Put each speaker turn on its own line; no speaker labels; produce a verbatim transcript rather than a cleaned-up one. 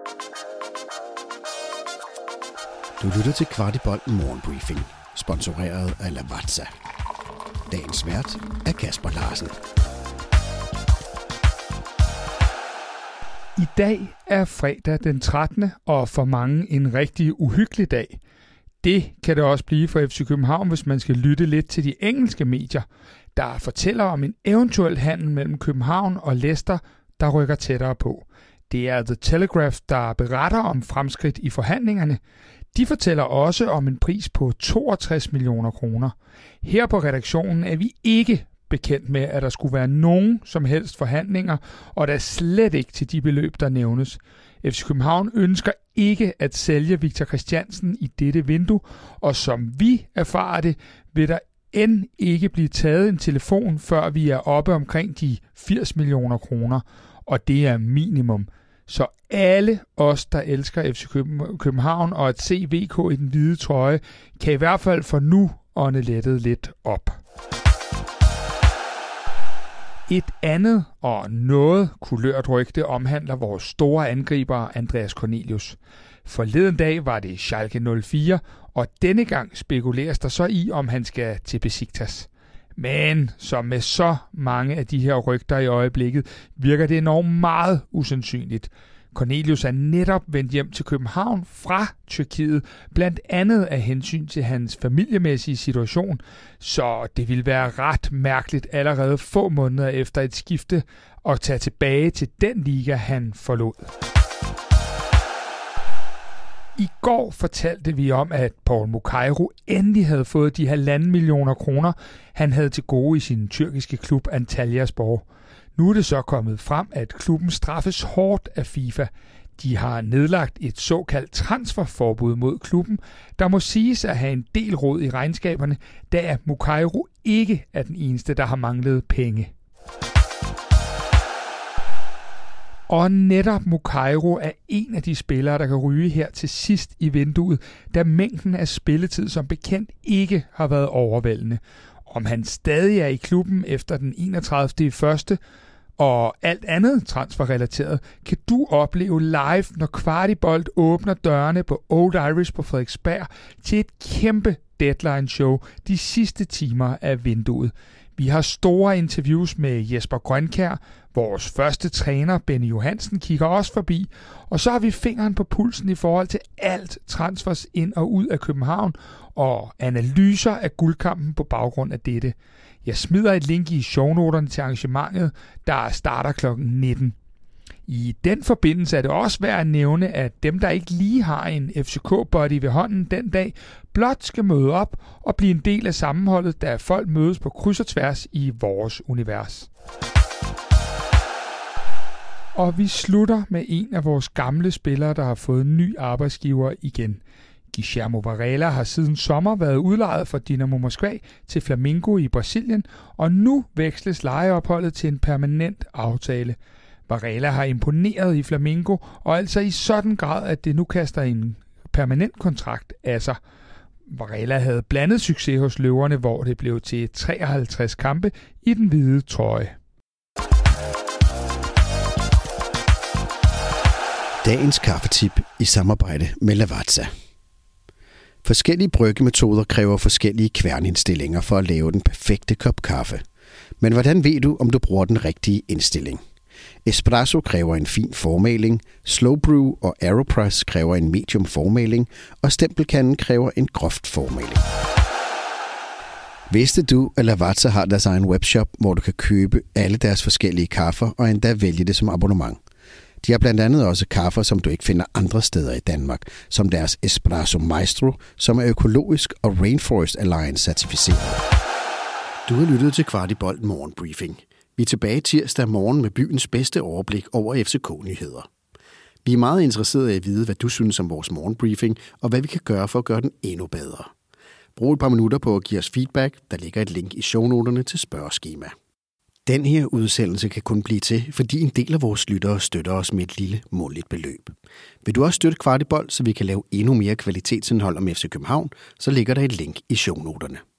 Du lytter til Kvartibolt Morgenbriefing, sponsoreret af Lavazza. Dagens vært er Kasper Larsen.
I dag er fredag den trettende og for mange en rigtig uhyggelig dag. Det kan det også blive for F C København, hvis man skal lytte lidt til de engelske medier, der fortæller om en eventuel handel mellem København og Leicester, der rykker tættere på. Det er The Telegraph, der beretter om fremskridt i forhandlingerne. De fortæller også om en pris på toogtres millioner kroner. Her på redaktionen er vi ikke bekendt med, at der skulle være nogen som helst forhandlinger, og der er slet ikke til de beløb, der nævnes. F C København ønsker ikke at sælge Victor Christiansen i dette vindue, og som vi erfarer det, vil der end ikke blive taget en telefon, før vi er oppe omkring de firs millioner kroner, og det er minimum. Så alle os, der elsker F C København og at se V K i den hvide trøje, kan i hvert fald for nu ånde lettet lidt op. Et andet og noget kulørt rygte omhandler vores store angriber Andreas Cornelius. Forleden dag var det Schalke nul fire, og denne gang spekuleres der så i, om han skal til Besiktas. Men som med så mange af de her rygter i øjeblikket, virker det enormt meget usandsynligt. Cornelius er netop vendt hjem til København fra Tyrkiet, blandt andet af hensyn til hans familiemæssige situation, så det ville være ret mærkeligt allerede få måneder efter et skifte at tage tilbage til den liga, han forlod. I går fortalte vi om, at Paul Mukairo endelig havde fået de halvanden millioner kroner, han havde til gode i sin tyrkiske klub Antalyaspor. Nu er det så kommet frem, at klubben straffes hårdt af FIFA. De har nedlagt et såkaldt transferforbud mod klubben, der må siges at have en del rod i regnskaberne, da Mukairo ikke er den eneste, der har manglet penge. Og netop Mukairo er en af de spillere, der kan ryge her til sidst i vinduet, da mængden af spilletid som bekendt ikke har været overvældende. Om han stadig er i klubben efter den enogtredivte i første og alt andet transferrelateret, kan du opleve live, når Kvartibolt åbner dørene på Old Irish på Frederiksberg til et kæmpe deadline-show de sidste timer af vinduet. Vi har store interviews med Jesper Grønkjær, vores første træner Benny Johansen kigger også forbi, og så har vi fingeren på pulsen i forhold til alt transfers ind og ud af København og analyser af guldkampen på baggrund af dette. Jeg smider et link i shownoterne til arrangementet, der starter klokken nitten. I den forbindelse er det også værd at nævne, at dem, der ikke lige har en F C K-buddy ved hånden den dag, blot skal møde op og blive en del af sammenholdet, da folk mødes på kryds og tværs i vores univers. Og vi slutter med en af vores gamle spillere, der har fået en ny arbejdsgiver igen. Guillermo Varela har siden sommer været udlejet fra Dinamo Moskva til Flamengo i Brasilien, og nu veksles lejeopholdet til en permanent aftale. Varela har imponeret i Flamengo, og altså i sådan grad, at det nu kaster en permanent kontrakt af sig. Varela havde blandet succes hos Løverne, hvor det blev til treoghalvtreds kampe i den hvide trøje.
Dagens kaffetip i samarbejde med Lavazza. Forskellige bryggemetoder kræver forskellige kværnindstillinger for at lave den perfekte kop kaffe. Men hvordan ved du, om du bruger den rigtige indstilling? Espresso kræver en fin formaling, slow brew og aeropress kræver en medium formaling, og stempelkanden kræver en groft formaling. Vidste du, at Lavazza har deres egen webshop, hvor du kan købe alle deres forskellige kaffer og endda vælge det som abonnement? De har blandt andet også kaffer, som du ikke finder andre steder i Danmark, som deres Espresso Maestro, som er økologisk og Rainforest Alliance certificeret. Du har lyttet til Kvartibolt Morgenbriefing. Vi er tilbage tirsdag morgen med byens bedste overblik over F C K-nyheder. Vi er meget interesserede i at vide, hvad du synes om vores morgenbriefing, og hvad vi kan gøre for at gøre den endnu bedre. Brug et par minutter på at give os feedback. Der ligger et link i shownoterne til spørgeskema. Den her udsendelse kan kun blive til, fordi en del af vores lyttere støtter os med et lille månedligt beløb. Vil du også støtte Kvartibolt, så vi kan lave endnu mere kvalitetsindhold om F C København, så ligger der et link i shownoterne.